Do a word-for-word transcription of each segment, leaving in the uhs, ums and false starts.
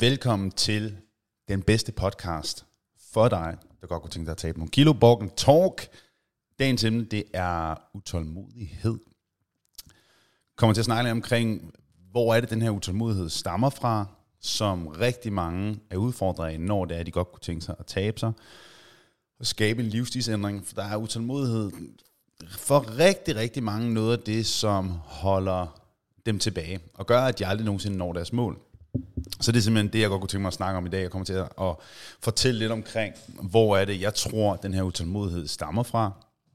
Velkommen til den bedste podcast for dig, der godt kunne tænke dig at tabe nogle kilo. Borgen Talk. Dagens emne, det er utålmodighed. Kommer til at snakke lidt omkring, hvor er det, den her utålmodighed stammer fra, som rigtig mange er udfordret af, når det er, de godt kunne tænke sig at tabe sig og skabe en livsstilsændring. For der er utålmodighed for rigtig, rigtig mange noget af det, som holder dem tilbage og gør, at de aldrig nogensinde når deres mål. Så det er simpelthen det, jeg godt kunne tænke mig at snakke om i dag. Jeg kommer til at fortælle lidt omkring, hvor er det, jeg tror, den her utålmodighed stammer fra.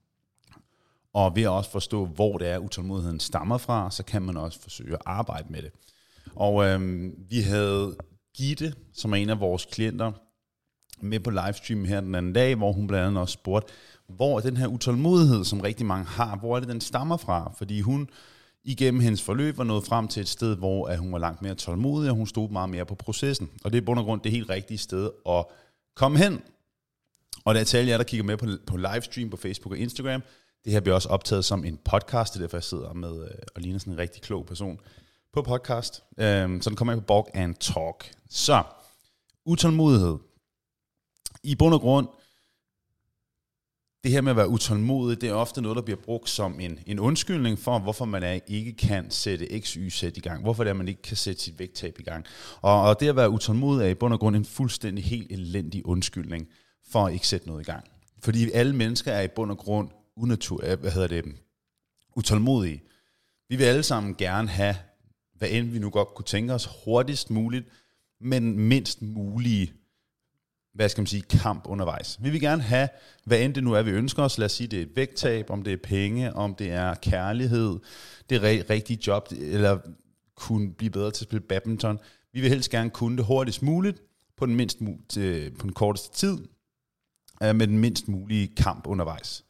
Og ved at også forstå, hvor det er, utålmodigheden stammer fra, så kan man også forsøge at arbejde med det. Og øhm, vi havde Gitte, som er en af vores klienter, med på livestream her den anden dag, hvor hun blandt andet også spurgte, hvor er den her utålmodighed, som rigtig mange har, hvor er det, den stammer fra? Fordi hun igennem hendes forløb var nået frem til et sted, hvor at hun var langt mere tålmodig, og hun stod meget mere på processen. Og det er i bund og grund det helt rigtige sted at komme hen. Og det er til alle jer, der kigger med på, på livestream på Facebook og Instagram. Det her bliver også optaget som en podcast, det er derfor jeg sidder med øh, og ligner sådan en rigtig klog person på podcast. Øhm, så den kommer jeg på Borg and Talk. Så, utålmodighed. I bund og grund, det her med at være utålmodig, det er ofte noget, der bliver brugt som en, en undskyldning for, hvorfor man er, ikke kan sætte X Y Z i gang. Hvorfor det er, man ikke kan sætte sit vægttab i gang. Og, og det at være utålmodig er i bund og grund en fuldstændig helt elendig undskyldning for at ikke sætte noget i gang. Fordi alle mennesker er i bund og grund unatur, hvad hedder det, utålmodige. Vi vil alle sammen gerne have, hvad end vi nu godt kunne tænke os, hurtigst muligt, men mindst mulige, hvad skal man sige, kamp undervejs. Vi vil gerne have, hvad end det nu er, vi ønsker os. Lad os sige, det er et vægttab, om det er penge, om det er kærlighed, det er rigtigt job, eller kunne blive bedre til at spille badminton. Vi vil helst gerne kunne det hurtigst muligt, på den, mindst mulige, på den korteste tid, med den mindst mulige kamp undervejs.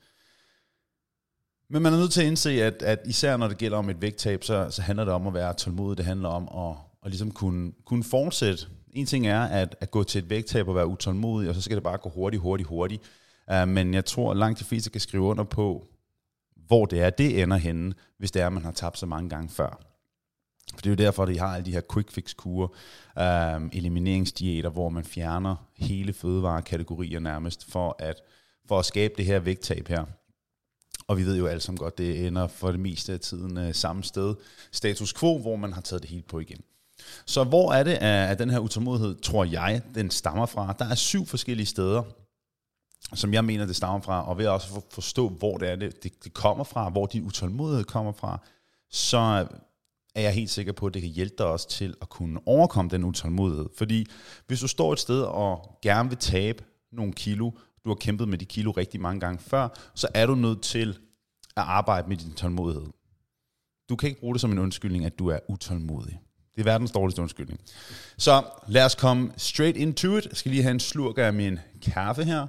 Men man er nødt til at indse, at, at især når det gælder om et vægttab, så, så handler det om at være tålmodig. Det handler om at, at ligesom kunne, kunne fortsætte. En ting er at, at gå til et vægttab og være utålmodig, og så skal det bare gå hurtigt, hurtigt, hurtigt. Uh, men jeg tror, at langt de fleste kan skrive under på, hvor det er, det ender henne, hvis det er, at man har tabt så mange gange før. For det er jo derfor, at I har alle de her quick fix kurer, uh, elimineringsdiæter, hvor man fjerner hele fødevarekategorier nærmest, for at, for at skabe det her vægttab her. Og vi ved jo alle sammen godt, det ender for det meste af tiden uh, samme sted. Status quo, hvor man har taget det helt på igen. Så hvor er det, at den her utålmodighed, tror jeg, den stammer fra? Der er syv forskellige steder, som jeg mener, det stammer fra. Og ved at også forstå, hvor det er, det, det kommer fra, hvor din utålmodighed kommer fra, så er jeg helt sikker på, at det kan hjælpe dig også til at kunne overkomme den utålmodighed. Fordi hvis du står et sted og gerne vil tabe nogle kilo, du har kæmpet med de kilo rigtig mange gange før, så er du nødt til at arbejde med din tålmodighed. Du kan ikke bruge det som en undskyldning, at du er utålmodig. Det er verdens dårligste undskyldning. Så lad os komme straight into it. Jeg skal lige have en slurk af min kaffe her.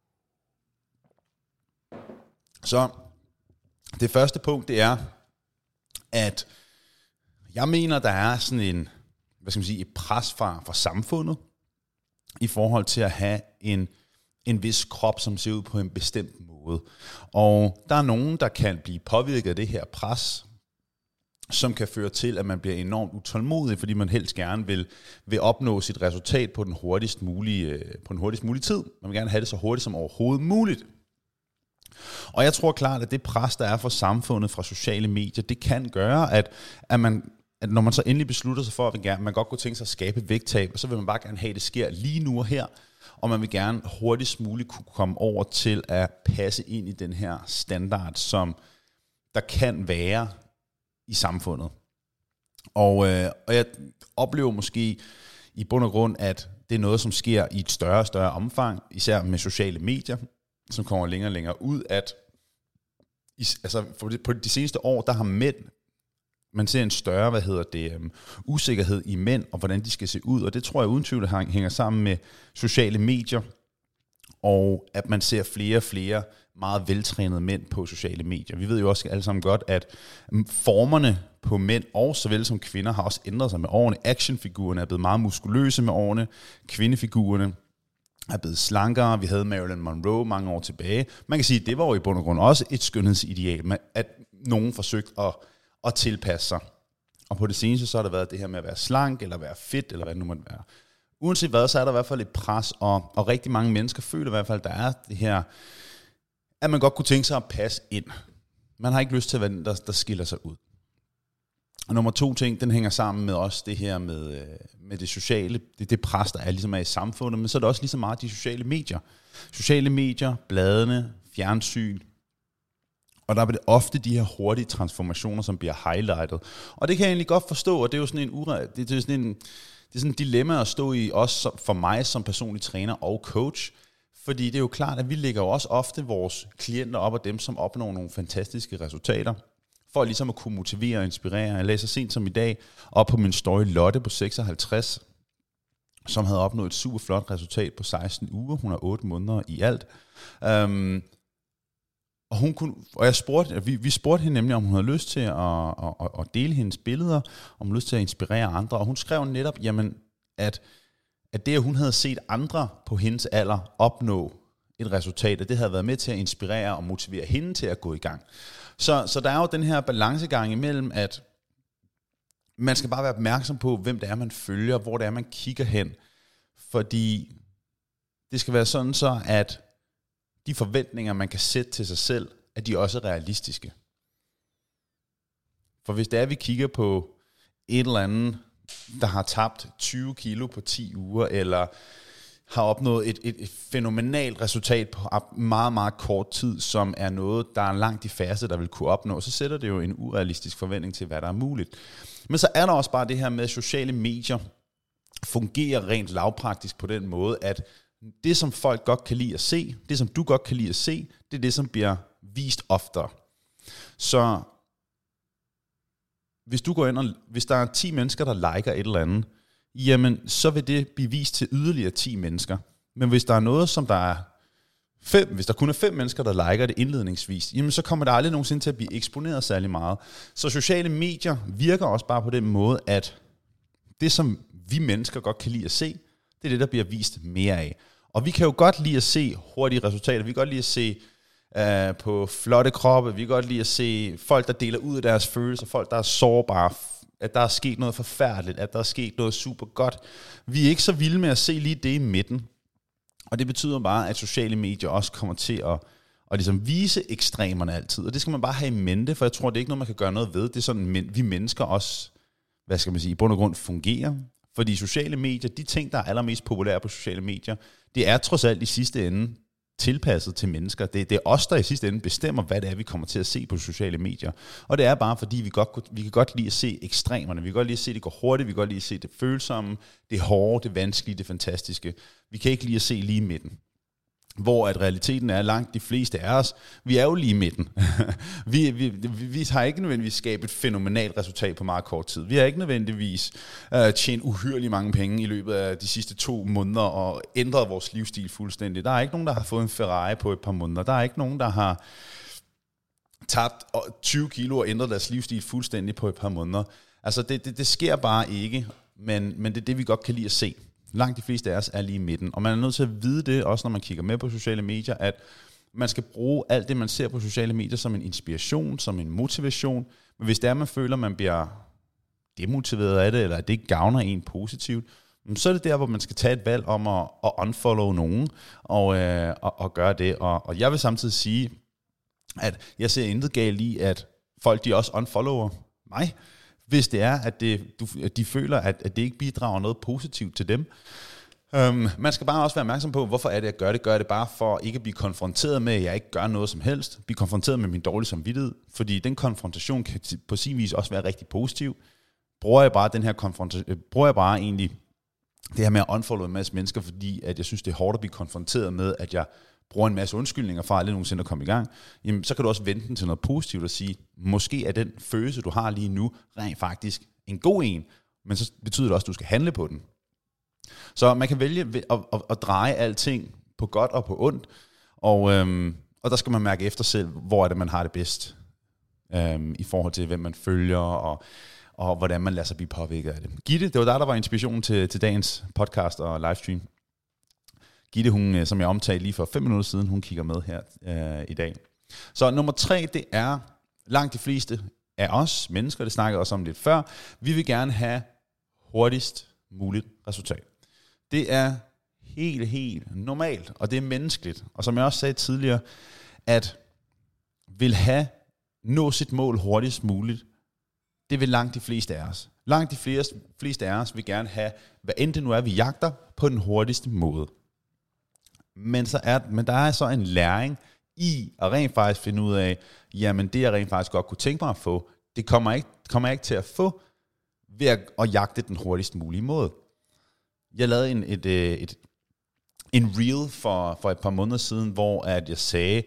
Så det første punkt, det er, at jeg mener, der er sådan en, hvad skal man sige, et pres fra, fra samfundet i forhold til at have en, en vis krop, som ser ud på en bestemt måde. Og der er nogen, der kan blive påvirket af det her pres, som kan føre til, at man bliver enormt utålmodig, fordi man helst gerne vil, vil opnå sit resultat på den hurtigst mulige, på den hurtigst mulige tid. Man vil gerne have det så hurtigt som overhovedet muligt. Og jeg tror klart, at det pres, der er fra samfundet, fra sociale medier, det kan gøre, at, at, man, at når man så endelig beslutter sig for, at man, gerne, man godt kunne tænke sig at skabe vægttab, så vil man bare gerne have, at det sker lige nu og her, og man vil gerne hurtigst muligt kunne komme over til at passe ind i den her standard, som der kan være i samfundet. Og, øh, og jeg oplever måske i bund og grund, at det er noget, som sker i et større og større omfang, især med sociale medier, som kommer længere og længere ud, at i, altså for det, på de seneste år, der har mænd, man ser en større, hvad hedder det, um, usikkerhed i mænd, og hvordan de skal se ud, og det tror jeg uden tvivl hænger sammen med sociale medier, og at man ser flere og flere meget veltrænede mænd på sociale medier. Vi ved jo også alle sammen godt, at formerne på mænd og såvel som kvinder har også ændret sig med årene. Actionfigurerne er blevet meget muskuløse med årene. Kvindefigurerne er blevet slankere. Vi havde Marilyn Monroe mange år tilbage. Man kan sige, at det var jo i bund og grund også et skønhedsideal, at nogen forsøgte at, at tilpasse sig. Og på det seneste så har der været det her med at være slank, eller være fedt, eller hvad det nu måtte være. uanset hvad, så er der i hvert fald et pres, og, og rigtig mange mennesker føler i hvert fald, at der er det her, at man godt kunne tænke sig at passe ind. Man har ikke lyst til at være den, der, der skiller sig ud. Og nummer to ting, den hænger sammen med også det her med, med det sociale, det, det pres, der er ligesom er i samfundet, men så er det også lige så meget de sociale medier. Sociale medier, bladene, fjernsyn, og der er det ofte de her hurtige transformationer, som bliver highlightet. Og det kan jeg egentlig godt forstå, og det er jo sådan en ure, det er sådan en, det er sådan et dilemma at stå i, også for mig som personlig træner og coach, fordi det er jo klart, at vi lægger jo også ofte vores klienter op og dem, som opnår nogle fantastiske resultater, for ligesom at kunne motivere og inspirere. Jeg læser sent som i dag op på min story Lotte på seksoghalvtreds, som havde opnået et super flot resultat på seksten uger. Hun har otte måneder i alt. Um, og hun kunne, og jeg spurgte, vi, vi spurgte hende nemlig, om hun havde lyst til at, at, at, at dele hendes billeder, om hun havde lyst til at inspirere andre. Og hun skrev netop, jamen, at, at det, at hun havde set andre på hendes alder opnå et resultat, at det havde været med til at inspirere og motivere hende til at gå i gang. Så, så der er jo den her balancegang imellem, at man skal bare være opmærksom på, hvem det er, man følger, hvor det er, man kigger hen. Fordi det skal være sådan så, at de forventninger, man kan sætte til sig selv, at de også er realistiske. For hvis det er, at vi kigger på et eller andet, der har tabt tyve kilo på ti uger, eller har opnået et, et, et fænomenalt resultat på meget, meget kort tid, som er noget, der er langt de færreste, der vil kunne opnå, så sætter det jo en urealistisk forventning til, hvad der er muligt. Men så er der også bare det her med, at sociale medier fungerer rent lavpraktisk på den måde, at det, som folk godt kan lide at se, det, som du godt kan lide at se, det er det, som bliver vist oftere. Så hvis du går ind og, hvis der er ti mennesker, der liker et eller andet, jamen, så vil det blive vist til yderligere ti mennesker. Men hvis der er noget, som der er fem, hvis der kun er fem mennesker, der liker det indledningsvis, jamen, så kommer det aldrig nogensinde til at blive eksponeret særlig meget. Så sociale medier virker også bare på den måde, at det, som vi mennesker godt kan lide at se, det er det, der bliver vist mere af. Og vi kan jo godt lide at se hurtige resultater. Vi kan godt lide at se uh, på flotte kroppe. Vi kan godt lide at se folk, der deler ud af deres følelser. Folk, der er sårbare. At der er sket noget forfærdeligt. At der er sket noget super godt. Vi er ikke så vilde med at se lige det i midten. Og det betyder bare, at sociale medier også kommer til at, at ligesom vise ekstremerne altid. Og det skal man bare have i mente, for jeg tror, det er ikke noget, man kan gøre noget ved. Det er sådan, vi mennesker også, hvad skal man sige, i bund og grund fungerer. Fordi sociale medier, de ting, der er allermest populære på sociale medier, det er trods alt i sidste ende tilpasset til mennesker. Det, det er os, der i sidste ende bestemmer, hvad det er, vi kommer til at se på sociale medier. Og det er bare, fordi vi, godt, vi kan godt lide at se ekstremerne. Vi kan godt lide at se, at det går hurtigt. Vi kan godt lide at se det følsomme, det hårde, det vanskelige, det fantastiske. Vi kan ikke lide at se lige midten. Hvor at realiteten er langt de fleste af os, vi er jo lige i midten. vi, vi, vi, vi har ikke nødvendigvis skabt et fænomenalt resultat på meget kort tid. Vi har ikke nødvendigvis uh, tjent uhyrligt mange penge i løbet af de sidste to måneder og ændret vores livsstil fuldstændig. Der er ikke nogen, der har fået en Ferrari på et par måneder. Der er ikke nogen, der har tabt tyve kilo og ændret deres livsstil fuldstændig på et par måneder. Altså det, det, det sker bare ikke, men, men det er det, vi godt kan lide at se. Langt de fleste af os er lige i midten, og man er nødt til at vide det, også når man kigger med på sociale medier, at man skal bruge alt det, man ser på sociale medier som en inspiration, som en motivation. Men hvis det er, man føler, man bliver demotiveret af det, eller at det ikke gavner en positivt, så er det der, hvor man skal tage et valg om at, at unfollow nogen, og, øh, og, og gøre det. Og, og jeg vil samtidig sige, at jeg ser intet galt i, at folk de også unfollower mig, hvis det er, at, det, du, at de føler, at, at det ikke bidrager noget positivt til dem. Um, man skal bare også være opmærksom på, hvorfor er det, jeg gør det. Gør jeg det bare for ikke at blive konfronteret med, at jeg ikke gør noget som helst. Blive konfronteret med min dårlige samvittighed. Fordi den konfrontation kan på sin vis også være rigtig positiv. Bruger jeg bare den her konfrontation, bruger jeg bare egentlig det her med at unfollow en masse mennesker, fordi at jeg synes, det er hårdt at blive konfronteret med, at jeg bruger en masse undskyldninger for aldrig nogensinde at komme i gang, jamen, så kan du også vente den til noget positivt og sige, måske er den følelse, du har lige nu, rent faktisk en god en, men så betyder det også, at du skal handle på den. Så man kan vælge at, at, at dreje alting på godt og på ondt, og, øhm, og der skal man mærke efter selv, hvor er det, man har det bedst, øhm, i forhold til, hvem man følger, og, og hvordan man lader sig blive påvirket af det. Gitte, det var der, der var inspirationen til, til dagens podcast og livestream. Gitte, hun, som jeg omtalte lige for fem minutter siden, hun kigger med her øh, i dag. Så nummer tre, det er langt de fleste af os mennesker, det snakkede jeg også om lidt før, vi vil gerne have hurtigst muligt resultat. Det er helt, helt normalt, og det er menneskeligt. Og som jeg også sagde tidligere, at vil have nå sit mål hurtigst muligt, det vil langt de fleste af os. Langt de fleste, fleste af os vil gerne have, hvad end det nu er, vi jagter, på den hurtigste måde. Men, så er, men der er så en læring i at rent faktisk finde ud af, jamen det jeg rent faktisk godt kunne tænke mig at få, det kommer jeg ikke, kommer jeg ikke til at få ved at, at jagte den hurtigst mulige måde. Jeg lavede en, et, et, et, en reel for, for et par måneder siden, hvor at jeg sagde,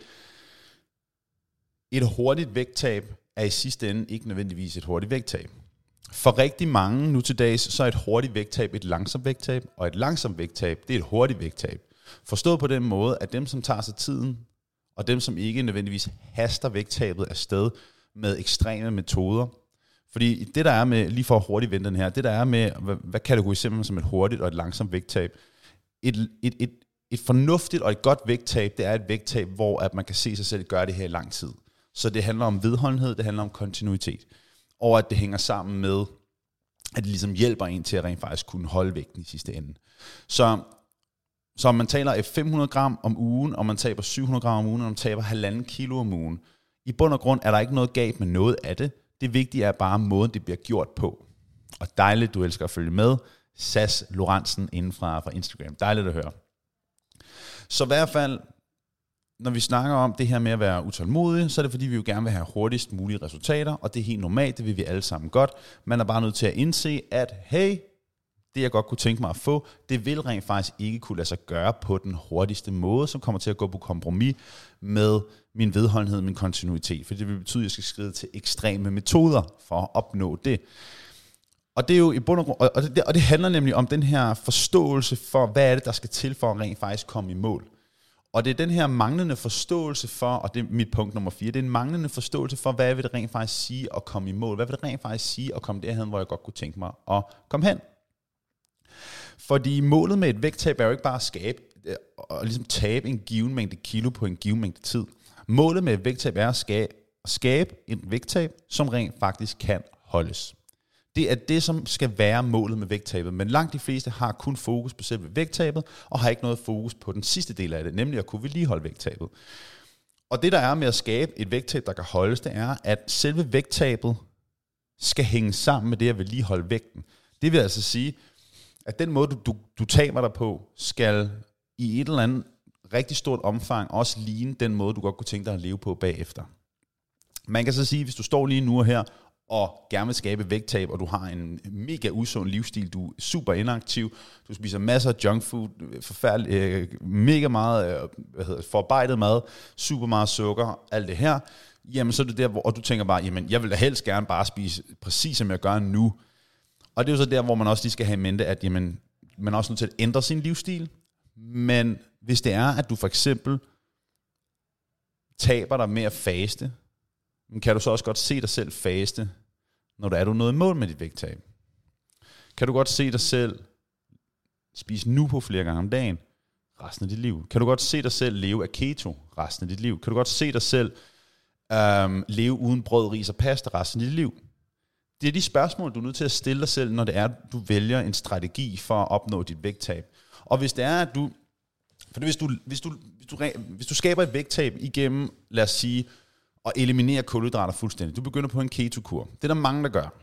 et hurtigt vægttab er i sidste ende ikke nødvendigvis et hurtigt vægttab. For rigtig mange nu til dags, så er et hurtigt vægttab et langsomt vægttab, og et langsomt vægttab, det er et hurtigt vægttab. Forstået på den måde, at dem, som tager sig tiden, og dem, som ikke nødvendigvis haster vægttabet afsted med ekstreme metoder. Fordi det, der er med, lige for at hurtigt vente den her, det der er med, hvad, hvad kategoriserer man som et hurtigt og et langsomt vægttab? Et, et, et, et fornuftigt og et godt vægttab, det er et vægttab, hvor at man kan se sig selv gøre det her i lang tid. Så det handler om vedholdenhed, det handler om kontinuitet. Og at det hænger sammen med, at det ligesom hjælper en til at rent faktisk kunne holde vægten i sidste ende. Så, så om man taler fem hundrede gram om ugen, og man taber syv hundrede gram om ugen, og man taber halvanden kilo om ugen, i bund og grund er der ikke noget galt med noget af det. Det vigtige er bare måden, det bliver gjort på. Og dejligt, du elsker at følge med. Sas Lorentzen inden fra, fra Instagram. Dejligt at høre. Så i hvert fald, når vi snakker om det her med at være utålmodig, så er det fordi, vi jo gerne vil have hurtigst mulige resultater, og det er helt normalt, det vil vi alle sammen godt. Man er bare nødt til at indse, at hey, det jeg godt kunne tænke mig at få, det vil rent faktisk ikke kunne lade sig gøre på den hurtigste måde, som kommer til at gå på kompromis med min vedholdenhed, min kontinuitet, for det vil betyde, at jeg skal skride til ekstreme metoder for at opnå det. Og det er jo i bund og grund, og det, og det handler nemlig om den her forståelse for, hvad er det, der skal til for at rent faktisk komme i mål. Og det er den her manglende forståelse for, og det er mit punkt nummer fire, det er en manglende forståelse for, hvad vil det rent faktisk sige at komme i mål? Hvad vil det rent faktisk sige at komme derhen, hvor jeg godt kunne tænke mig at komme hen? Fordi målet med et vægttab er jo ikke bare at skabe, og ligesom tabe en given mængde kilo på en given mængde tid. Målet med et vægttab er at skabe, at skabe et vægttab, som rent faktisk kan holdes. Det er det, som skal være målet med vægttabet, men langt de fleste har kun fokus på selve vægttabet, og har ikke noget fokus på den sidste del af det, nemlig at kunne vedligeholde vægttabet. Og det, der er med at skabe et vægttab, der kan holdes, det er, at selve vægttabet skal hænge sammen med det at vedligeholde vægten. Det vil altså sige, at den måde, du, du, du taber dig på, skal i et eller andet rigtig stort omfang også ligne den måde, du godt kunne tænke dig at leve på bagefter. Man kan så sige, hvis du står lige nu og her, og gerne vil skabe vægttab, og du har en mega usund livsstil, du er super inaktiv, du spiser masser af junk food, forfærdeligt, øh, mega meget øh, hvad hedder det, forarbejdet mad, super meget sukker, alt det her, jamen så er det der, hvor og du tænker bare, jamen jeg vil da helst gerne bare spise præcis som jeg gør nu. Og det er jo så der, hvor man også lige skal have i mente, at jamen, man er også nødt til at ændre sin livsstil, men hvis det er, at du for eksempel taber dig med at faste, kan du så også godt se dig selv faste, når du er du nået i mål med dit vægttab? Kan du godt se dig selv spise nu på flere gange om dagen resten af dit liv? Kan du godt se dig selv leve af keto resten af dit liv? Kan du godt se dig selv øhm, leve uden brød, ris og pasta resten af dit liv? Det er de spørgsmål, du er nødt til at stille dig selv, når det er, du vælger en strategi for at opnå dit vægttab. Og hvis det er, at du... For hvis du, hvis du, hvis du, hvis du skaber et vægttab igennem, lad os sige, og eliminere kulhydrater fuldstændig. Du begynder på en keto-kur. Det er der mange, der gør.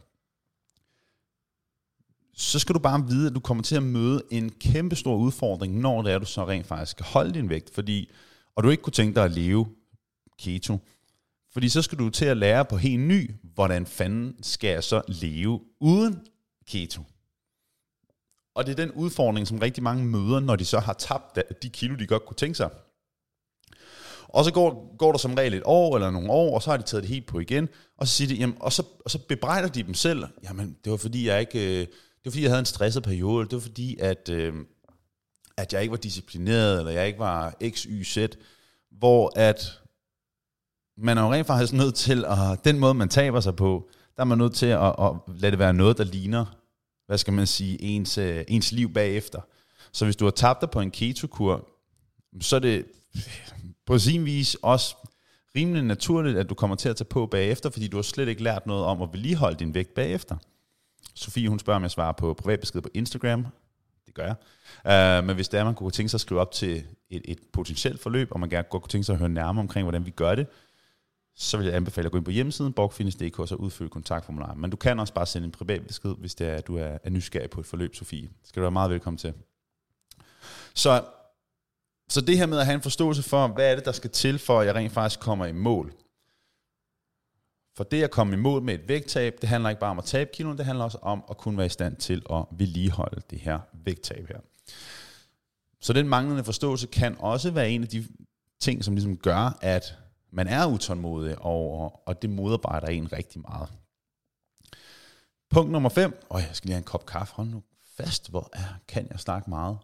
Så skal du bare vide, at du kommer til at møde en kæmpe stor udfordring, når det er, du så rent faktisk skal holde din vægt. Fordi, og du ikke kunne tænke dig at leve keto. Fordi så skal du til at lære på helt ny, hvordan fanden skal jeg så leve uden keto. Og det er den udfordring, som rigtig mange møder, når de så har tabt de kilo, de godt kunne tænke sig. Og så går, går der som regel et år eller nogle år, og så har de taget det helt på igen, og så siger de, jamen, og så, og så bebrejder de dem selv, jamen det var fordi jeg ikke, det var fordi jeg havde en stresset periode, det var fordi at, øh, at jeg ikke var disciplineret, eller jeg ikke var x, y, z, hvor at man er jo rent faktisk nødt til, at den måde man taber sig på, der er man nødt til at, at lade det være noget, der ligner, hvad skal man sige, ens, ens liv bagefter. Så hvis du har tabt dig på en keto-kur, så er det på sin vis også rimelig naturligt, at du kommer til at tage på bagefter, fordi du har slet ikke lært noget om at vedligeholde din vægt bagefter. Sofie, hun spørger, om jeg svarer på privatbesked på Instagram. Det gør jeg. Uh, men hvis det er, man kunne tænke sig at skrive op til et, et potentielt forløb, og man gerne godt kunne tænke sig at høre nærmere omkring, hvordan vi gør det, så vil jeg anbefale at gå ind på hjemmesiden borgfitness punktum d k og udfylde kontaktformular. Men du kan også bare sende en privat besked, hvis det er, at du er, er nysgerrig på et forløb, Sofie. Det skal du være meget velkommen til. Så, så det her med at have en forståelse for, hvad er det, der skal til, for at jeg rent faktisk kommer i mål. For det at komme i mål med et vægttab, det handler ikke bare om at tabe kilo, det handler også om at kunne være i stand til at vedligeholde det her vægttab her. Så den manglende forståelse kan også være en af de ting, som ligesom gør, at man er utålmodig, og, og det modarbejder en rigtig meget. Punkt nummer fem. Åh, jeg skal lige have en kop kaffe. Hold nu fast, hvor er, kan jeg snakke meget.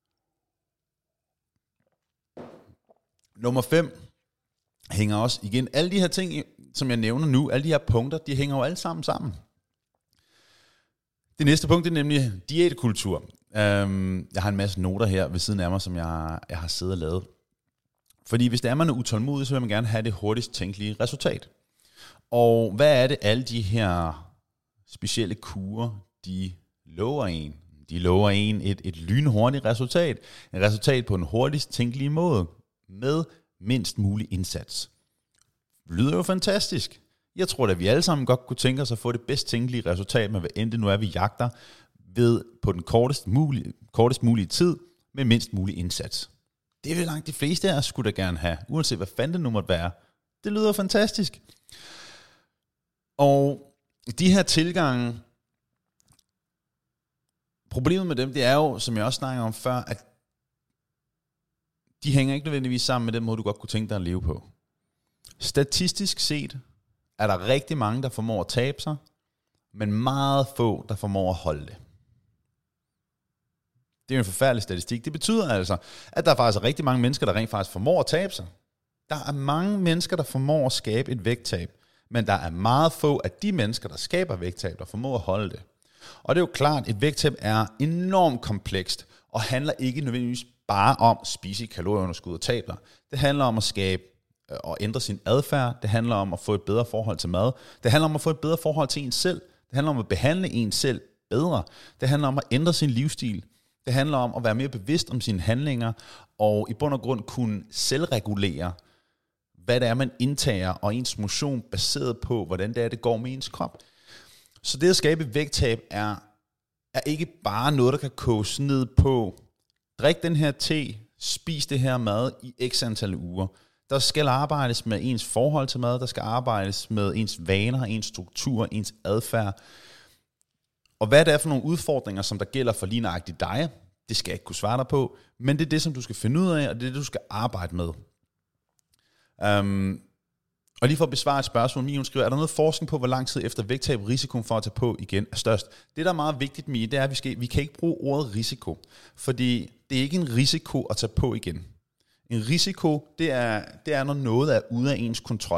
Nummer fem hænger også igen. Alle de her ting, som jeg nævner nu, alle de her punkter, de hænger jo alle sammen sammen. Det næste punkt er nemlig diætkultur. Jeg har en masse noter her ved siden af mig, som jeg, jeg har siddet og lavet. Fordi hvis det er, man er utålmodig, så vil man gerne have det hurtigst tænkelige resultat. Og hvad er det, alle de her specielle kurer, de lover en? De lover en et, et lynhurtigt resultat. Et resultat på en hurtigst tænkelige måde, med mindst mulig indsats. Lyder jo fantastisk. Jeg tror at vi alle sammen godt kunne tænke os at få det bedst tænkelige resultat, med hvad end det nu er, vi jagter, ved på den kortest mulige, kortest mulige tid, med mindst mulig indsats. Det vil langt de fleste af os skulle da gerne have, uanset hvad fanden det nu måtte være. Det lyder fantastisk. Og de her tilgange, problemet med dem, det er jo, som jeg også snakkede om før, at de hænger ikke nødvendigvis sammen med den måde, du godt kunne tænke dig at leve på. Statistisk set er der rigtig mange, der formår at tabe sig, men meget få, der formår at holde det. Det er en forfærdelig statistik. Det betyder altså, at der faktisk er rigtig mange mennesker, der rent faktisk formår at tabe sig. Der er mange mennesker, der formår at skabe et vægttab, men der er meget få af de mennesker, der skaber vægttab, der formår at holde det. Og det er jo klart, at et vægttab er enormt komplekst, og handler ikke nødvendigvis bare om at spise kalorieunderskud og tabe dig. Det handler om at skabe og ændre sin adfærd. Det handler om at få et bedre forhold til mad. Det handler om at få et bedre forhold til en selv. Det handler om at behandle en selv bedre. Det handler om at ændre sin livsstil. Det handler om at være mere bevidst om sine handlinger, og i bund og grund kunne selvregulere, hvad det er, man indtager, og ens motion baseret på, hvordan det er, det går med ens krop. Så det at skabe et vægttab er, er ikke bare noget, der kan koges ned på, drik den her te, spis det her mad i x antal uger. Der skal arbejdes med ens forhold til mad, der skal arbejdes med ens vaner, ens struktur, ens adfærd. Og hvad det er for nogle udfordringer, som der gælder for lige nøjagtigt dig, det skal jeg ikke kunne svare dig på, men det er det, som du skal finde ud af, og det er det, du skal arbejde med. Um, og lige for at besvare et spørgsmål, Mio skriver, er der noget forskning på, hvor lang tid efter vægttab risikoen for at tage på igen er størst? Det, der er meget vigtigt med det er, at vi, skal, vi kan ikke bruge ordet risiko, fordi det er ikke en risiko at tage på igen. En risiko, det er, det er, når noget er ude af ens kontrol.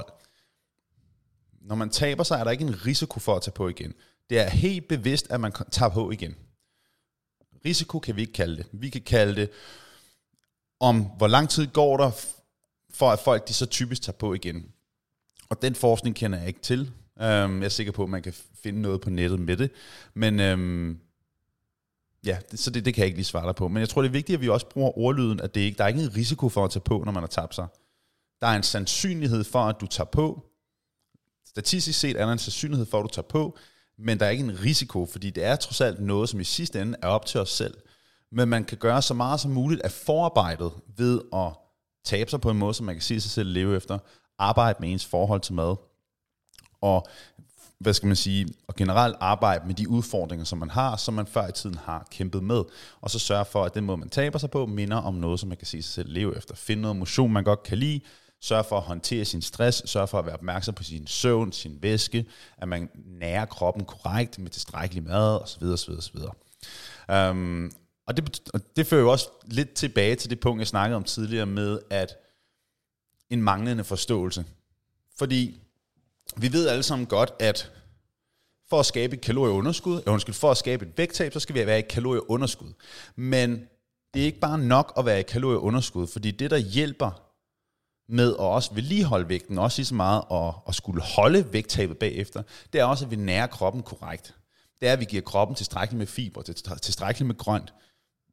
Når man taber sig, er der ikke en risiko for at tage på igen. Det er helt bevidst, at man tager på igen. Risiko kan vi ikke kalde det. Vi kan kalde det, om hvor lang tid går der, for at folk de så typisk tager på igen. Og den forskning kender jeg ikke til. Jeg er sikker på, at man kan finde noget på nettet med det. Men øhm, ja, det, så det, det kan jeg ikke lige svare dig på. Men jeg tror, det er vigtigt, at vi også bruger ordlyden, at det ikke, der er ikke en risiko for at tage på, når man har tabt sig. Der er en sandsynlighed for, at du tager på. Statistisk set er der en sandsynlighed for, at du tager på, men der er ikke en risiko, fordi det er trods alt noget, som i sidste ende er op til os selv. Men man kan gøre så meget som muligt af forarbejdet ved at tabe sig på en måde, som man kan se sig selv leve efter, arbejde med ens forhold til mad, og hvad skal man sige, og generelt arbejde med de udfordringer, som man har, som man før i tiden har kæmpet med, og så sørge for, at den måde, man taber sig på, minder om noget, som man kan se sig selv leve efter. Find noget motion, man godt kan lide, sørge for at håndtere sin stress, sørge for at være opmærksom på sin søvn, sin væske, at man nærer kroppen korrekt med tilstrækkelig mad, osv. osv., osv. Um, og det, det fører jo også lidt tilbage til det punkt, jeg snakkede om tidligere med, at en manglende forståelse. Fordi vi ved alle sammen godt, at for at skabe et kalorieunderskud, ja, undskyld, for at skabe et vægttab, så skal vi være i et kalorieunderskud. Men det er ikke bare nok at være i kalorieunderskud, fordi det, der hjælper med at også vedligeholde vægten, også lige så meget at, at skulle holde vægttabet bagefter, det er også, at vi nærer kroppen korrekt. Det er, at vi giver kroppen tilstrækkeligt med fiber, tilstrækkeligt med grønt,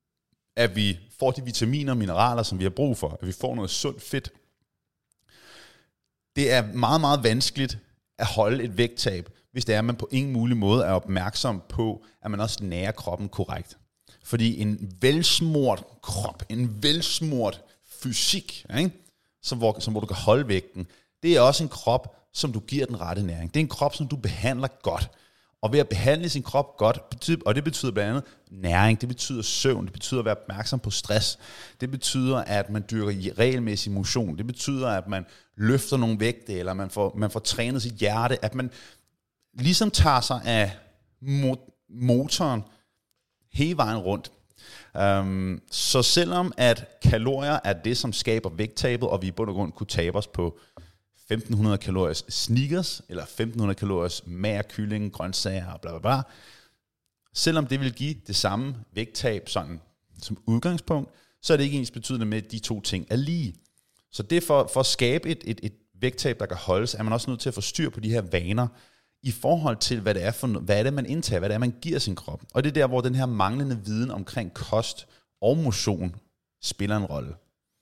at vi får de vitaminer og mineraler, som vi har brug for, at vi får noget sundt fedt. Det er meget, meget vanskeligt at holde et vægttab, hvis det er, at man på ingen mulig måde er opmærksom på, at man også nærer kroppen korrekt. Fordi en velsmurt krop, en velsmurt fysik, ikke? Som, hvor, som hvor du kan holde vægten, det er også en krop, som du giver den rette næring. Det er en krop, som du behandler godt. Og ved at behandle sin krop godt, betyder, og det betyder blandt andet næring, det betyder søvn, det betyder at være opmærksom på stress, det betyder, at man dyrker regelmæssig motion, det betyder, at man løfter nogle vægte, eller man får, man får trænet sit hjerte, at man ligesom tager sig af motoren hele vejen rundt. Um, så selvom at kalorier er det, som skaber vægttabet, og vi i bund og grund kunne tabe os på femten hundrede kaloriers Snickers, eller femten hundrede kaloriers mager, kylling, grøntsager og bla bla bla, selvom det vil give det samme vægttab sådan, som udgangspunkt, så er det ikke ens betydende med, at de to ting er lige. Så det for, for at skabe et, et, et vægttab, der kan holdes, er man også nødt til at få styr på de her vaner, i forhold til, hvad det er, for, hvad er det, man indtager, hvad det er, man giver sin krop. Og det er der, hvor den her manglende viden omkring kost og motion spiller en rolle.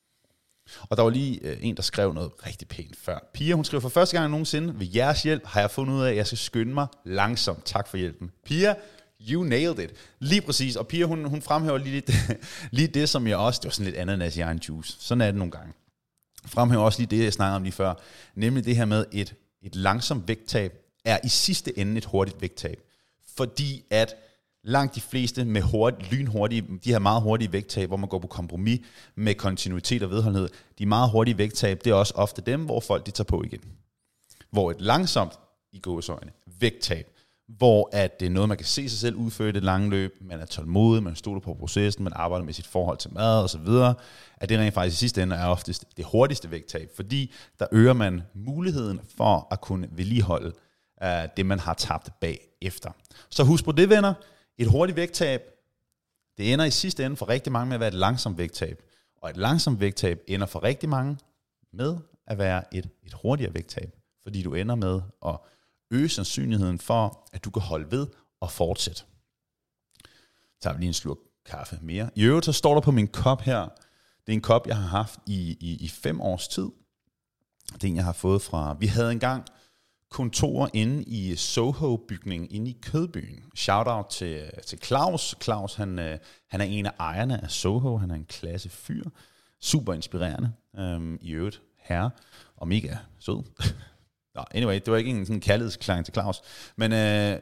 Og der var lige øh, en, der skrev noget rigtig pænt før. Pia, hun skrev, for første gang nogensinde, ved jeres hjælp har jeg fundet ud af, at jeg skal skynde mig langsomt. Tak for hjælpen. Pia, you nailed it. Lige præcis. Og Pia, hun, hun fremhæver lige, lidt, lige det, som jeg også, det var sådan lidt ananas i egen juice. Sådan er det nogle gange. Fremhæver også lige det, jeg snakkede om lige før. Nemlig det her med et, et langsomt vægttab, er i sidste ende et hurtigt vægttab. Fordi at langt de fleste med hurtigt, lynhurtige, de her meget hurtige vægttab, hvor man går på kompromis med kontinuitet og vedholdenhed, de meget hurtige vægttab, det er også ofte dem, hvor folk de tager på igen. Hvor et langsomt, i gåseøjne, vægttab, hvor at det er noget, man kan se sig selv udføre i det lange løb, man er tålmodig, man stoler på processen, man arbejder med sit forhold til mad osv., at det rent faktisk i sidste ende er oftest det hurtigste vægttab, fordi der øger man muligheden for at kunne vedligeholde det, man har tabt bagefter. Så husk på det, venner. Et hurtigt vægttab, det ender i sidste ende for rigtig mange med at være et langsomt vægttab. Og et langsomt vægttab ender for rigtig mange med at være et, et hurtigere vægttab. Fordi du ender med at øge sandsynligheden for, at du kan holde ved og fortsætte. Så tager vi lige en slurk kaffe mere. I øvrigt så står der på min kop her, det er en kop, jeg har haft i, i, i fem års tid. Det er en, jeg har fået fra, vi havde engang kontorer inde i Soho-bygningen inde i Kødbyen. Shoutout til, til Claus. Claus, han, han er en af ejerne af Soho. Han er en klasse fyr. Super inspirerende. Um, I øvrigt herre. Og mega sød. Nå, anyway, det var ikke en sådan kærlighedsklang til Claus. Men øh,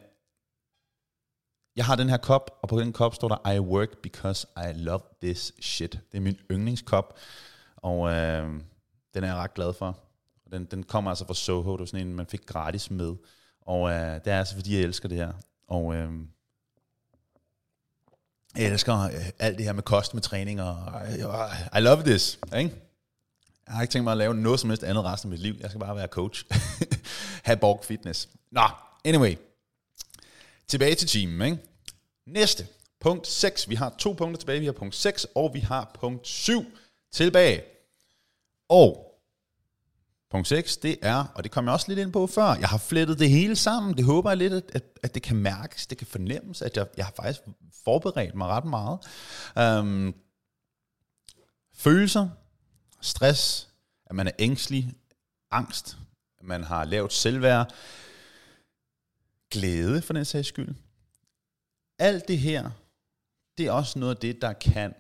jeg har den her kop, og på den kop står der, I work because I love this shit. Det er min yndlingskop, og øh, den er jeg ret glad for. Den, den kommer altså fra Soho, det var sådan en, man fik gratis med. Og øh, det er altså, fordi jeg elsker det her. Og øh, jeg elsker øh, alt det her med kost, med træning, og øh, I love this, ikke? Jeg har ikke tænkt mig at lave noget som helst andet resten af mit liv. Jeg skal bare være coach. Ha' Borg Fitness. Nå, anyway. Tilbage til timen, ikke? Næste, punkt seks. Vi har to punkter tilbage. Vi har punkt seks, og vi har punkt syv tilbage. Og punkt seks, det er, og det kom jeg også lidt ind på før, jeg har flettet det hele sammen. Det håber jeg lidt, at, at det kan mærkes, det kan fornemmes, at jeg, jeg har faktisk forberedt mig ret meget. Um, følelser, stress, at man er ængstelig, angst, at man har lavt selvværd, glæde for den sags skyld. Alt det her, det er også noget af det, der kan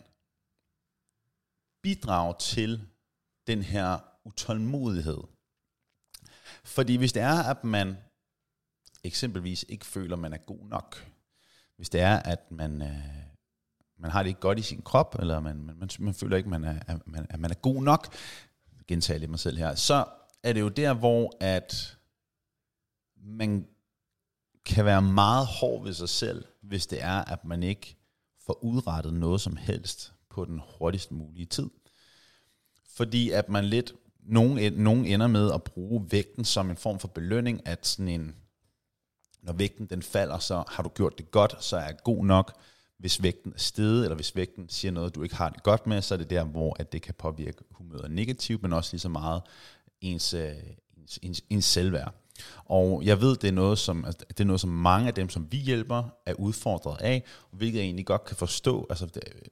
bidrage til den her utålmodighed. Fordi hvis det er, at man eksempelvis ikke føler, at man er god nok, hvis det er, at man, øh, man har det ikke godt i sin krop, eller man, man, man føler ikke, at man er, at man, at man er god nok, jeg gentager lidt mig selv her, så er det jo der, hvor at man kan være meget hård ved sig selv, hvis det er, at man ikke får udrettet noget som helst på den hurtigst mulige tid. Fordi at man lidt, nogen, nogen ender med at bruge vægten som en form for belønning, at sådan en, når vægten den falder, så har du gjort det godt, så er jeg god nok. Hvis vægten er steget, eller hvis vægten siger noget, du ikke har det godt med, så er det der, hvor at det kan påvirke humøret negativt, men også lige så meget ens, ens, ens, ens selvværd. Og jeg ved, det er, noget, som, det er noget, som mange af dem, som vi hjælper, er udfordret af, hvilket jeg egentlig godt kan forstå. Altså, det,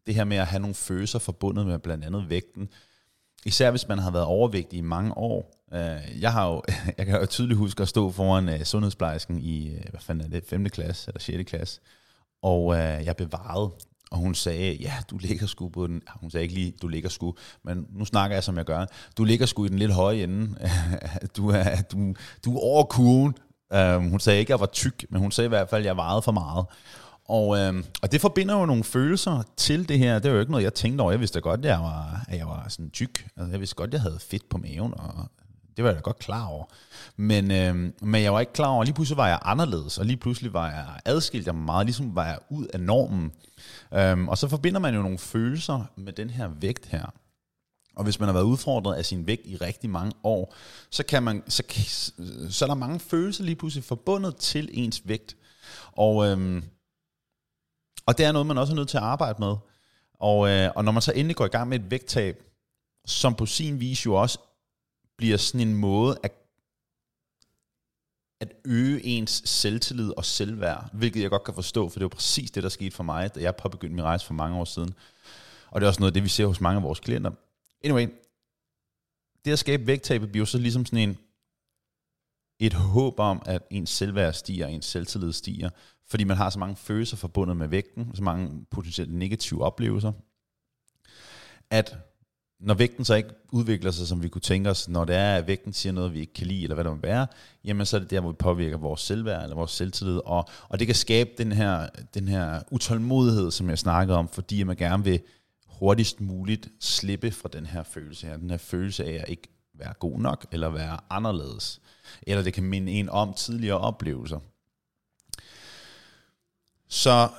det her med at have nogle følelser forbundet med blandt andet vægten. Især hvis man har været overvægtig i mange år. Jeg har jo, jeg kan jo tydeligt huske at stå foran sundhedsplejersken i, hvad fanden er det, femte klasse eller sjette klasse, og jeg bevarede, og hun sagde, ja, du ligger sgu på den, hun sagde ikke lige, du ligger sgu, men nu snakker jeg, som jeg gør, du ligger sgu i den lidt høje ende, du er, du, du er over kurven. Hun sagde ikke, at jeg var tyk, men hun sagde i hvert fald, at jeg vejede for meget. Og, øhm, og det forbinder jo nogle følelser til det her. Det er jo ikke noget, jeg tænkte over. Jeg vidste godt, at jeg var, at jeg var sådan tyk. Altså, jeg vidste godt, at jeg havde fedt på maven, og det var jeg da godt klar over. Men, øhm, men jeg var ikke klar over, lige pludselig var jeg anderledes, og lige pludselig var jeg adskilt jeg meget, ligesom var jeg ud af normen. Øhm, og så forbinder man jo nogle følelser med den her vægt her. Og hvis man har været udfordret af sin vægt i rigtig mange år, så, kan man, så, så er der mange følelser lige pludselig forbundet til ens vægt. Og... Øhm, Og det er noget, man også er nødt til at arbejde med. Og, øh, og når man så endelig går i gang med et vægttab, som på sin vis jo også bliver sådan en måde at, at øge ens selvtillid og selvværd, hvilket jeg godt kan forstå, for det er jo præcis det, der skete for mig, da jeg påbegyndte min rejse for mange år siden. Og det er også noget af det, vi ser hos mange af vores klienter. Anyway, det at skabe vægttabet bliver jo så ligesom sådan en, et håb om, at ens selvværd stiger, ens selvtillid stiger, fordi man har så mange følelser forbundet med vægten, så mange potentielt negative oplevelser, at når vægten så ikke udvikler sig, som vi kunne tænke os, når det er, at vægten siger noget, vi ikke kan lide, eller hvad det må være, jamen så er det der, hvor vi påvirker vores selvværd, eller vores selvtillid, og, og det kan skabe den her, den her utålmodighed, som jeg snakkede om, fordi man gerne vil hurtigst muligt slippe fra den her følelse her, den her følelse af at ikke være god nok, eller være anderledes, eller det kan minde en om tidligere oplevelser. Så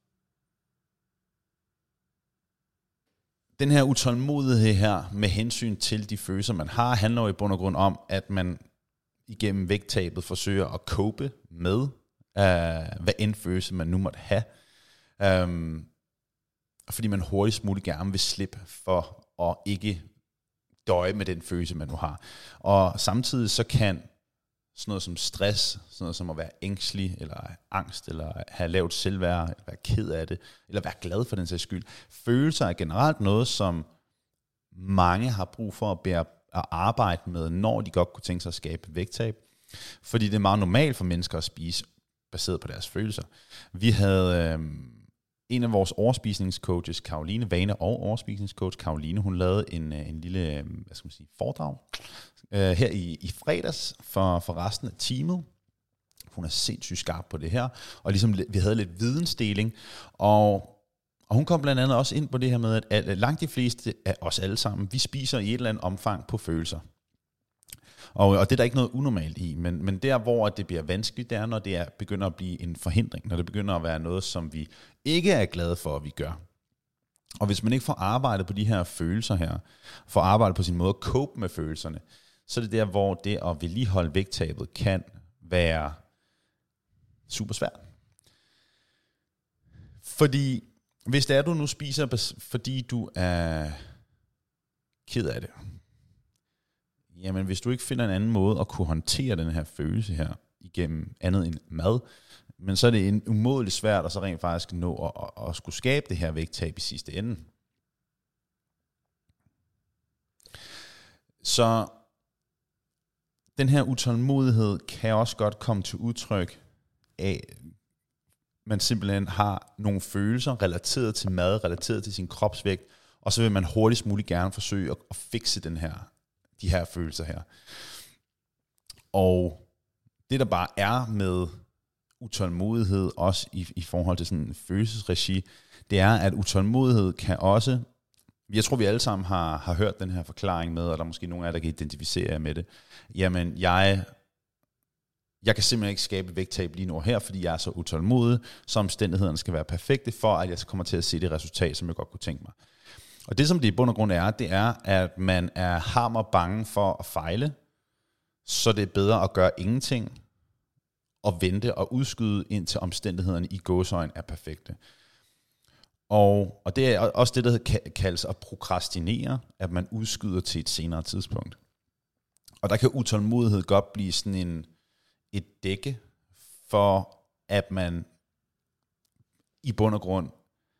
den her utålmodighed her med hensyn til de følelser, man har, handler jo i bund og grund om, at man igennem vægttabet forsøger at cope med, uh, hvad end følelse man nu måtte have. Um, fordi man hurtigst muligt gerne vil slippe for at ikke døje med den følelse, man nu har. Og samtidig så kan sådan noget som stress, sådan noget som at være ængstelig, eller angst, eller have lavt selvværd, eller være ked af det, eller være glad for den sags skyld. Følelser er generelt noget, som mange har brug for at, bære, at arbejde med, når de godt kunne tænke sig at skabe vægttab. Fordi det er meget normalt for mennesker at spise, baseret på deres følelser. Vi havde øh, en af vores overspisningscoaches, Karoline, vane- og overspisningscoach Karoline, hun lavede en, en lille, hvad skal man sige, foredrag, Uh, her i, i fredags for, for resten af teamet. Hun er sindssygt skarp på det her, og ligesom vi havde lidt vidensdeling, og, og hun kom blandt andet også ind på det her med, at, at langt de fleste af os alle sammen, vi spiser i et eller andet omfang på følelser. Og, og det er der ikke noget unormalt i, men, men der hvor det bliver vanskeligt, det er, når det er, begynder at blive en forhindring, når det begynder at være noget, som vi ikke er glade for, at vi gør. Og hvis man ikke får arbejdet på de her følelser her, får arbejdet på sin måde at cope med følelserne, så er det der, hvor det at vedligeholde vægttabet kan være super svært. Fordi hvis det er, du nu spiser, fordi du er ked af det, jamen hvis du ikke finder en anden måde at kunne håndtere den her følelse her igennem andet end mad, men så er det en umådeligt svært at så rent faktisk nå at, at, at skulle skabe det her vægttab i sidste ende. Så den her utålmodighed kan også godt komme til udtryk af, at man simpelthen har nogle følelser relateret til mad, relateret til sin kropsvægt, og så vil man hurtigst muligt gerne forsøge at, at fikse den her, de her følelser her. Og det der bare er med utålmodighed, også i, i forhold til sådan en følelsesregi, det er, at utålmodighed kan også, jeg tror vi alle sammen har, har hørt den her forklaring med, og der er måske nogen af jer, der kan identificere jer med det, jamen jeg, jeg kan simpelthen ikke skabe vægttab lige nu her, fordi jeg er så utålmodig, så omstændighederne skal være perfekte, for at jeg kommer til at se det resultat, som jeg godt kunne tænke mig. Og det som det i bund og grund er, det er, at man er hammer bange for at fejle, så det er bedre at gøre ingenting, og vente og udskyde, indtil omstændighederne i gåseøjne er perfekte. Og, og det er også det, der kaldes at prokrastinere, at man udskyder til et senere tidspunkt. Og der kan utålmodighed godt blive sådan en, et dække for, at man i bund og grund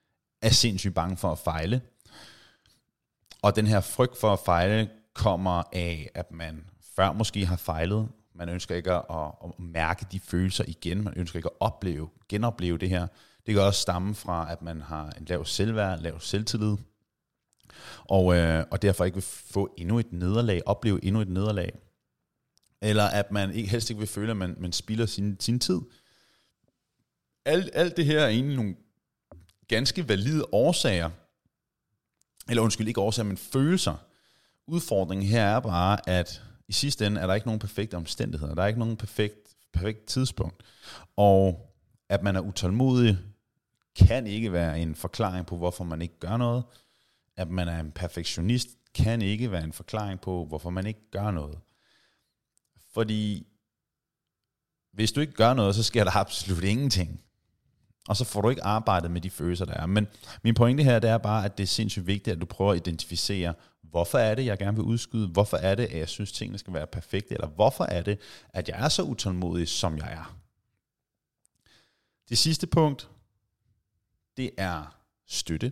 er sindssygt bange for at fejle. Og den her frygt for at fejle kommer af, at man før måske har fejlet. Man ønsker ikke at, at mærke de følelser igen. Man ønsker ikke at opleve, genopleve det her. Det kan også stamme fra, at man har en lav selvværd, lav selvtillid. Og, øh, og derfor ikke vil få endnu et nederlag, opleve endnu et nederlag. Eller at man ikke, helst ikke vil føle, at man, man spilder sin, sin tid. Alt, alt det her er egentlig nogle ganske valide årsager. Eller undskyld, ikke årsager, men følelser. Udfordringen her er bare, at i sidste ende er der ikke nogen perfekte omstændigheder. Der er ikke nogen perfekt, perfekt tidspunkt. Og at man er utålmodig, kan ikke være en forklaring på, hvorfor man ikke gør noget. At man er en perfektionist, kan ikke være en forklaring på, hvorfor man ikke gør noget. Fordi hvis du ikke gør noget, så sker der absolut ingenting. Og så får du ikke arbejdet med de følelser, der er. Men min pointe her, det er bare, at det er sindssygt vigtigt, at du prøver at identificere, hvorfor er det, jeg gerne vil udskyde? Hvorfor er det, at jeg synes, tingene skal være perfekte? Eller hvorfor er det, at jeg er så utålmodig, som jeg er? Det sidste punkt, det er støtte.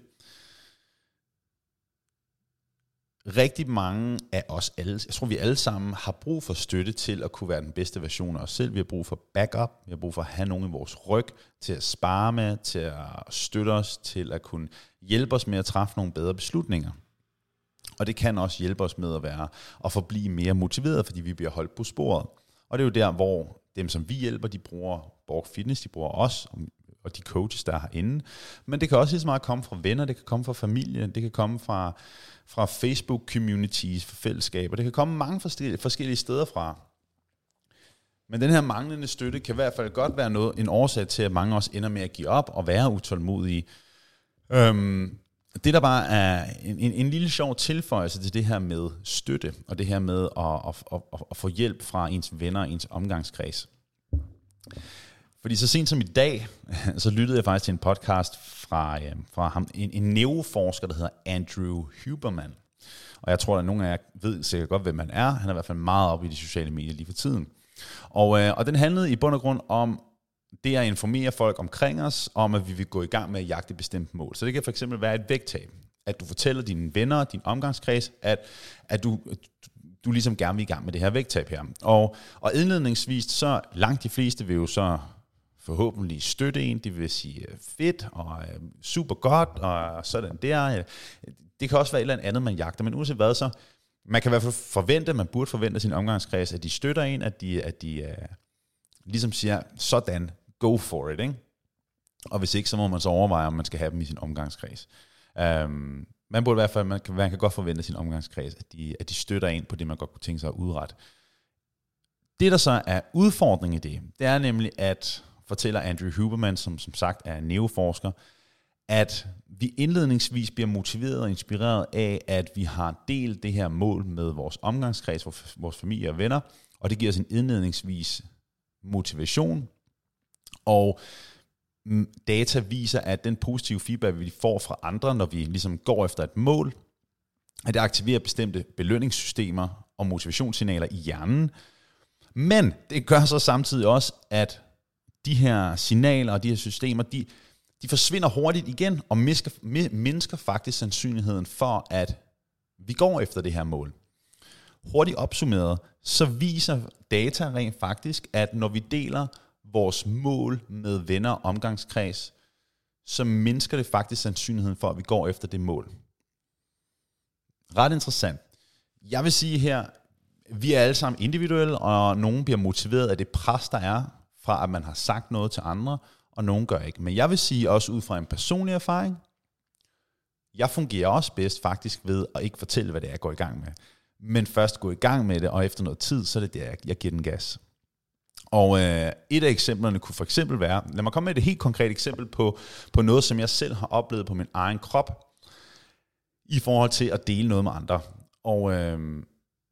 Rigtig mange af os alle, jeg tror vi alle sammen, har brug for støtte til at kunne være den bedste version af os selv. Vi har brug for backup, vi har brug for at have nogen i vores ryg til at spare med, til at støtte os, til at kunne hjælpe os med at træffe nogle bedre beslutninger. Og det kan også hjælpe os med at være og forblive mere motiveret, fordi vi bliver holdt på sporet. Og det er jo der, hvor dem, som vi hjælper, de bruger Borg Fitness, de bruger os og de coaches, der er herinde. Men det kan også lige så meget komme fra venner, det kan komme fra familie, det kan komme fra, fra Facebook-communities, fra fællesskaber. Det kan komme mange forskellige, forskellige steder fra. Men den her manglende støtte kan i hvert fald godt være noget, en årsag til, at mange også ender med at give op og være utålmodige. Øhm, det der bare er en, en, en lille sjov tilføjelse til det her med støtte, og det her med at, at, at, at få hjælp fra ens venner og ens omgangskreds. Fordi så sent som i dag, så lyttede jeg faktisk til en podcast fra, fra ham, en, en neuroforsker, der hedder Andrew Huberman. Og jeg tror, at nogle af jer ved sikkert godt, hvem man er. Han er i hvert fald meget oppe i de sociale medier lige for tiden. Og, og den handlede i bund og grund om det at informere folk omkring os, om at vi vil gå i gang med at jagte et bestemt mål. Så det kan for eksempel være et vægttab. At du fortæller dine venner, din omgangskreds, at, at du... du ligesom gerne vil i gang med det her vægttab her. Og, og indledningsvis, så langt de fleste vil jo så forhåbentlig støtte en, det vil sige fedt og super godt og sådan der. Det kan også være et eller andet, man jagter, men uanset hvad så, man kan i hvert fald forvente, man burde forvente sin omgangskreds, at de støtter en, at de, at de uh, ligesom siger, sådan, go for it, ikke? Og hvis ikke, så må man så overveje, om man skal have dem i sin omgangskreds. Um, Man burde i hvert fald, man kan, man kan godt forvente sin omgangskreds, at de, at de støtter ind på det, man godt kunne tænke sig at udrette. Det, der så er udfordringen i det, det er nemlig, at, fortæller Andrew Huberman, som som sagt er neuroforsker, at vi indledningsvis bliver motiveret og inspireret af, at vi har delt det her mål med vores omgangskreds, vores familie og venner, og det giver os en indledningsvis motivation, og data viser, at den positive feedback, vi får fra andre, når vi ligesom går efter et mål, at det aktiverer bestemte belønningssystemer og motivationssignaler i hjernen. Men det gør så samtidig også, at de her signaler og de her systemer, de, de forsvinder hurtigt igen og mindsker, mindsker faktisk sandsynligheden for, at vi går efter det her mål. Hurtigt opsummeret, så viser data rent faktisk, at når vi deler vores mål med venner og omgangskreds, så mindsker det faktisk sandsynligheden for, at vi går efter det mål. Ret interessant. Jeg vil sige her, vi er alle sammen individuelle, og nogen bliver motiveret af det pres, der er, fra at man har sagt noget til andre, og nogen gør ikke. Men jeg vil sige også ud fra en personlig erfaring, jeg fungerer også bedst faktisk ved at ikke fortælle, hvad det er, jeg går i gang med. Men først gå i gang med det, og efter noget tid, så er det der, jeg giver den gas. Og øh, et af eksemplerne kunne for eksempel være, lad mig komme med et helt konkret eksempel på, på noget, som jeg selv har oplevet på min egen krop, i forhold til at dele noget med andre. Og øh,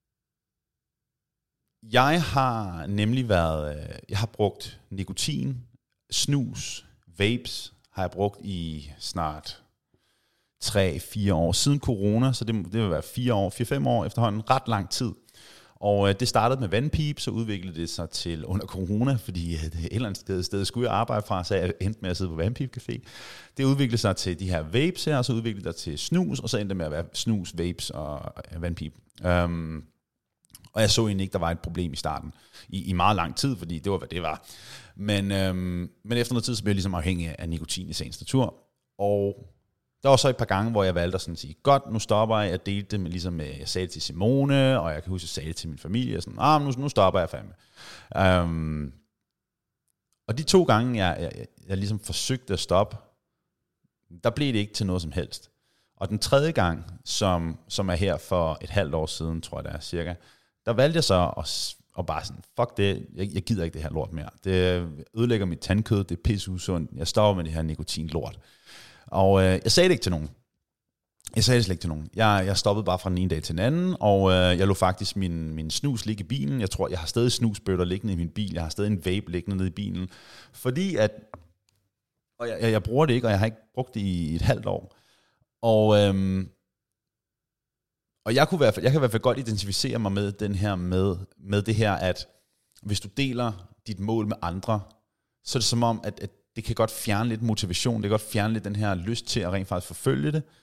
jeg har nemlig været, øh, jeg har brugt nikotin, snus, vapes, har jeg brugt i snart tre fire år siden corona, så det, det vil være fire år, fire fem år efterhånden, ret lang tid. Og øh, det startede med vandpip, så udviklede det sig til under corona, fordi øh, et eller andet sted, sted skulle jeg arbejde fra, så jeg endte med at sidde på Vandpip Café. Det udviklede sig til de her vapes her, og så udviklede det til snus, og så endte det med at være snus, vapes og øh, vandpip. Um, og jeg så egentlig ikke, der var et problem i starten, i, i meget lang tid, fordi det var, hvad det var. Men, øhm, men efter noget tid, så blev jeg ligesom afhængig af nikotin i sagens natur. Og der var så et par gange, hvor jeg valgte at sådan sige, godt, nu stopper jeg. Jeg delte det med, ligesom med, jeg sagde det til Simone, og jeg kan huske, jeg sagde det til min familie, og sådan, ah, nu, nu stopper jeg fandme. Um, og de to gange, jeg, jeg, jeg, jeg ligesom forsøgte at stoppe, der blev det ikke til noget som helst. Og den tredje gang, som, som er her for et halvt år siden, tror jeg det er cirka, der valgte jeg så at, at bare sådan, fuck det, jeg, jeg gider ikke det her lort mere. Det ødelægger mit tandkød, det er pisse usundt, jeg stopper med det her nikotin-lort. Og øh, jeg sagde det ikke til nogen. Jeg sagde det slet ikke til nogen. Jeg, jeg stoppede bare fra den ene dag til den anden, og øh, jeg lå faktisk min, min snus ligge i bilen. Jeg tror, jeg har stadig snusbøtter liggende i min bil, jeg har stadig en vape liggende nede i bilen, fordi at, og jeg, jeg, jeg bruger det ikke, og jeg har ikke brugt det i et halvt år. Og, øhm, og jeg, kunne i hvert fald, jeg kan i hvert fald godt identificere mig med, den her, med, med det her, at hvis du deler dit mål med andre, så er det som om, at, at det kan godt fjerne lidt motivation, det kan godt fjerne lidt den her lyst til at rent faktisk forfølge det.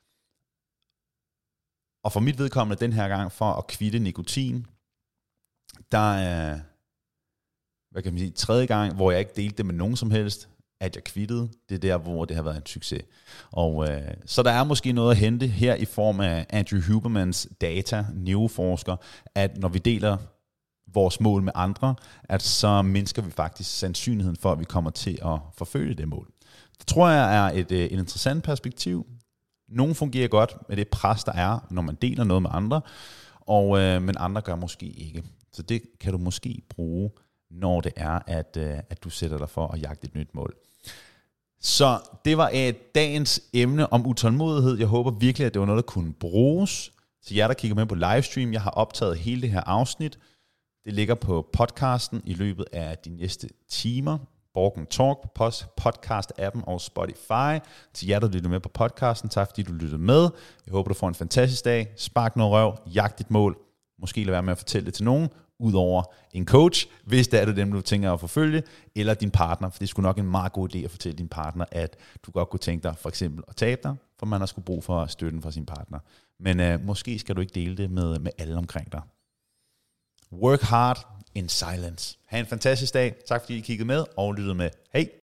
Og for mit vedkommende den her gang, for at kvitte nikotin, der er, hvad kan man sige, tredje gang, hvor jeg ikke delte det med nogen som helst, at jeg kvittede, det er der, hvor det har været en succes. Og øh, så der er måske noget at hente her i form af Andrew Hubermans data, neuroforsker, at når vi deler vores mål med andre, at så mindsker vi faktisk sandsynligheden for, at vi kommer til at forfølge det mål. Det tror jeg er et, et interessant perspektiv. Nogle fungerer godt med det pres, der er, når man deler noget med andre, og, øh, men andre gør måske ikke. Så det kan du måske bruge, når det er, at, øh, at du sætter dig for at jagte et nyt mål. Så det var et dagens emne om utålmodighed. Jeg håber virkelig, at det var noget, der kunne bruges. Til jer, der kigger med på livestream, jeg har optaget hele det her afsnit. Det ligger på podcasten i løbet af de næste timer. Borgen Talk på podcast-appen og Spotify. Til jer, der lytter med på podcasten, tak fordi du lyttede med. Jeg håber, du får en fantastisk dag. Spark noget røv, jagt dit mål. Måske lade være med at fortælle det til nogen, udover en coach, hvis det er det dem, du tænker at forfølge, eller din partner, for det er sgu nok en meget god idé at fortælle din partner, at du godt kunne tænke dig for eksempel at tabe dig, for man har sgu brug for støtten fra sin partner. Men øh, måske skal du ikke dele det med, med alle omkring dig. Work hard in silence. Ha' en fantastisk dag. Tak fordi I kiggede med og lyttede med. Hej!